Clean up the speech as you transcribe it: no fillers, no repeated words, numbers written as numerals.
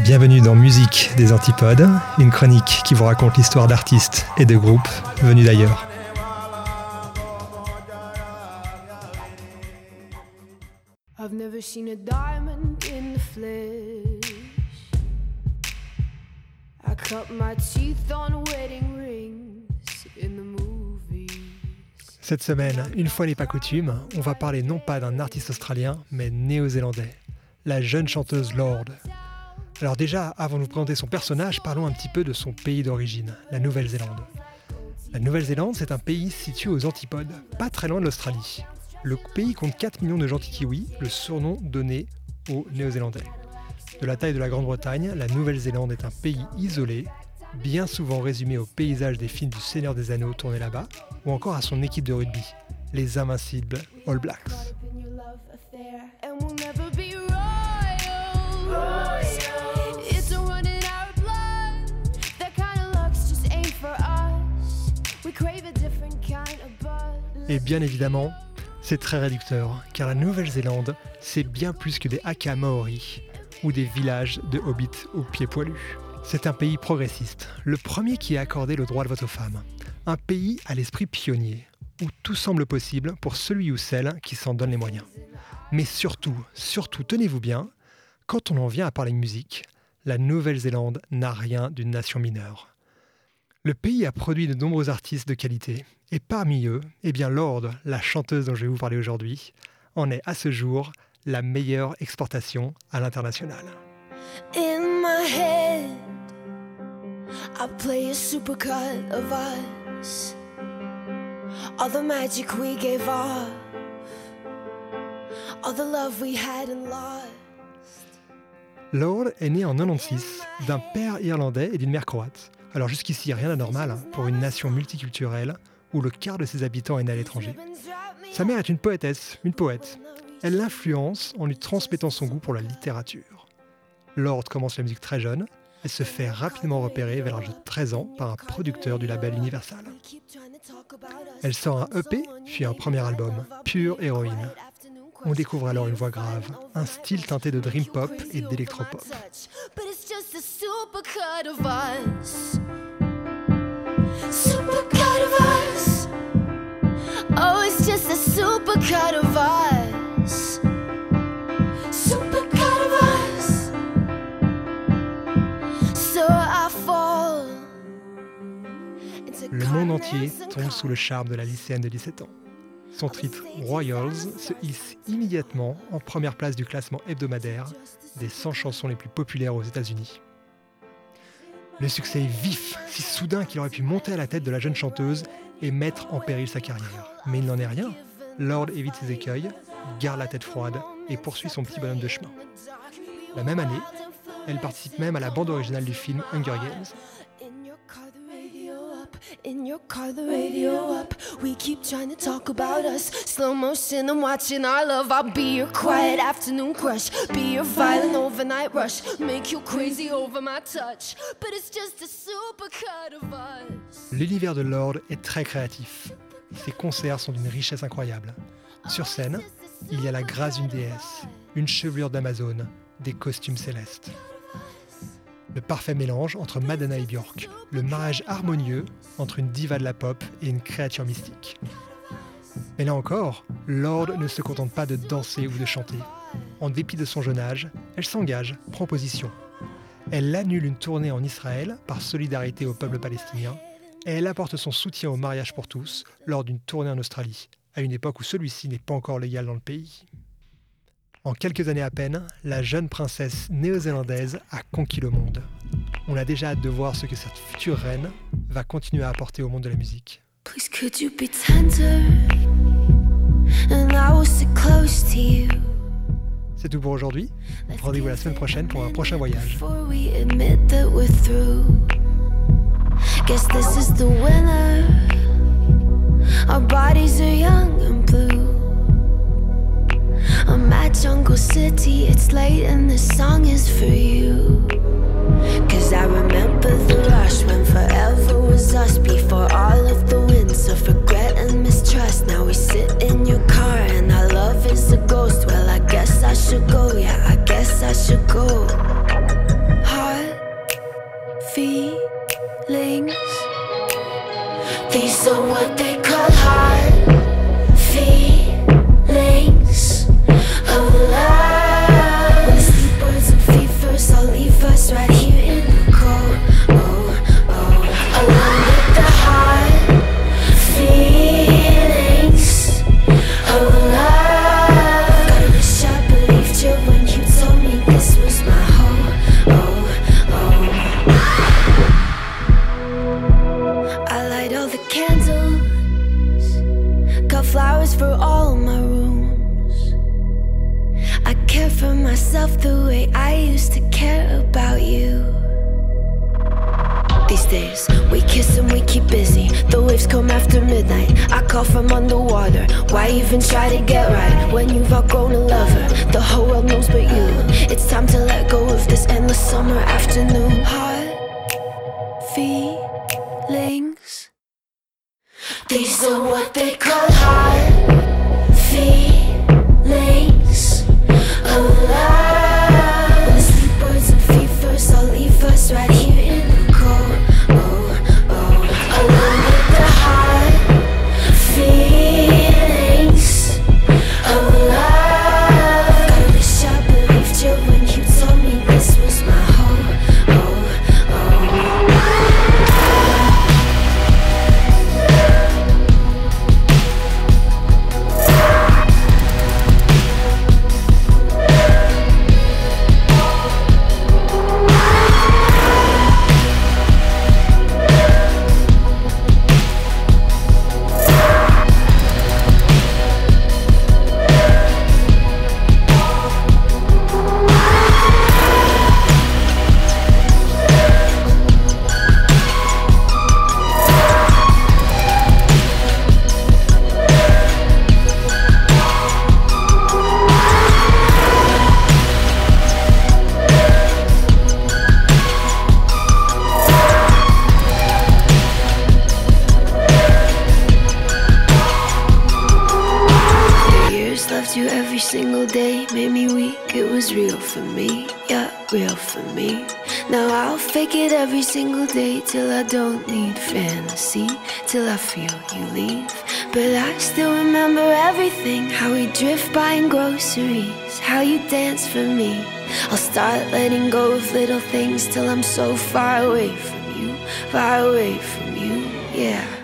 Bienvenue dans Musique des Antipodes, une chronique qui vous raconte l'histoire d'artistes et de groupes venus d'ailleurs. I've never seen a diamond in the flesh. I cut my teeth on wedding rings in the movies. Cette semaine, une fois n'est pas coutume, on va parler non pas d'un artiste australien, mais néo-zélandais, la jeune chanteuse Lorde. Alors déjà, avant de vous présenter son personnage, parlons un petit peu de son pays d'origine, la Nouvelle-Zélande. La Nouvelle-Zélande, c'est un pays situé aux antipodes, pas très loin de l'Australie. Le pays compte 4 millions de gens kiwis, le surnom donné aux Néo-Zélandais. De la taille de la Grande-Bretagne, la Nouvelle-Zélande est un pays isolé, bien souvent résumé au paysage des films du Seigneur des Anneaux tournés là-bas, ou encore à son équipe de rugby, les invincibles All Blacks. Et bien évidemment, c'est très réducteur, car la Nouvelle-Zélande, c'est bien plus que des haka maoris ou des villages de hobbits aux pieds poilus. C'est un pays progressiste, le premier qui a accordé le droit de vote aux femmes. Un pays à l'esprit pionnier, où tout semble possible pour celui ou celle qui s'en donne les moyens. Mais surtout, tenez-vous bien, quand on en vient à parler musique, la Nouvelle-Zélande n'a rien d'une nation mineure. Le pays a produit de nombreux artistes de qualité, et parmi eux, Lorde, la chanteuse dont je vais vous parler aujourd'hui, en est à ce jour la meilleure exportation à l'international. In my head, I play a supercut of us. All the magic we gave off, all the love we had and lost. Lorde est née en 96 d'un père irlandais et d'une mère croate. Alors jusqu'ici, rien d'anormal pour une nation multiculturelle où le quart de ses habitants est né à l'étranger. Sa mère est une poétesse, une poète. Elle l'influence en lui transmettant son goût pour la littérature. Lorde commence la musique très jeune. Elle se fait rapidement repérer vers l'âge de 13 ans par un producteur du label Universal. Elle sort un EP, puis un premier album, Pure Héroïne. On découvre alors une voix grave, un style teinté de dream pop et d'électropop. Oh, it's just a supercut of us. Supercut of us. So I fall. Le monde entier tombe sous le charme de la lycéenne de 17 ans. Son titre Royals se hisse immédiatement en première place du classement hebdomadaire des 100 chansons les plus populaires aux États-Unis. Le succès est vif, si soudain qu'il aurait pu monter à la tête de la jeune chanteuse et mettre en péril sa carrière. Mais il n'en est rien. Lorde évite ses écueils, garde la tête froide et poursuit son petit bonhomme de chemin. La même année, elle participe même à la bande originale du film Hunger Games. In your car, the radio up. We keep trying to talk about us. Slow motion, I'm watching our love. I'll be your quiet afternoon crush. Be your violent overnight rush. Make you crazy over my touch. But it's just a supercut of us. L'univers de Lorde est très créatif. Ses concerts sont d'une richesse incroyable. Sur scène, il y a la grâce d'une déesse, une chevelure d'Amazone, des costumes célestes. Le parfait mélange entre Madonna et Björk, le mariage harmonieux entre une diva de la pop et une créature mystique. Mais là encore, Lorde ne se contente pas de danser ou de chanter. En dépit de son jeune âge, elle s'engage, prend position. Elle annule une tournée en Israël par solidarité au peuple palestinien et elle apporte son soutien au mariage pour tous lors d'une tournée en Australie, à une époque où celui-ci n'est pas encore légal dans le pays. En quelques années à peine, la jeune princesse néo-zélandaise a conquis le monde. On a déjà hâte de voir ce que cette future reine va continuer à apporter au monde de la musique. Please could you be tender and I will sit close to you. C'est tout pour aujourd'hui. Rendez-vous la semaine prochaine pour un prochain voyage. Before we admit that we're through. Guess this is the winner. Our bodies are young and blue. I'm at Jungle City, it's late and this song is for you. Cause I remember the rush when forever was us. Before all of the winds of regret and mistrust. Now we sit in your car and our love is a ghost. Well, I guess I should go, yeah, I guess I should go. These are what they call hard feelings of love. When the sleep birds and fevers all leave us right here in the cold. Along with the hard feelings of love. God, I wish I believed you when you told me this was my home. I light all the candles, got flowers for all my rooms. I care for myself the way I used to care about you. These days, we kiss and we keep busy. The waves come after midnight, I call from underwater. Why even try to get right when you've outgrown a lover? The whole world knows but you. It's time to let go of this endless summer afternoon. Hard feelings. These are what they call hard feelings of love. When the sleep birds and fevers all leave us right here in the cold. Along with the hard feelings of love. God, I wish I believed you when you told me this was my home. You every single day made me weak. It was real for me, yeah, real for me. Now I'll fake it every single day till I don't need fantasy, till I feel you leave. But I still remember everything, how we drift buying groceries, how you dance for me. I'll start letting go of little things till I'm so far away from you, yeah.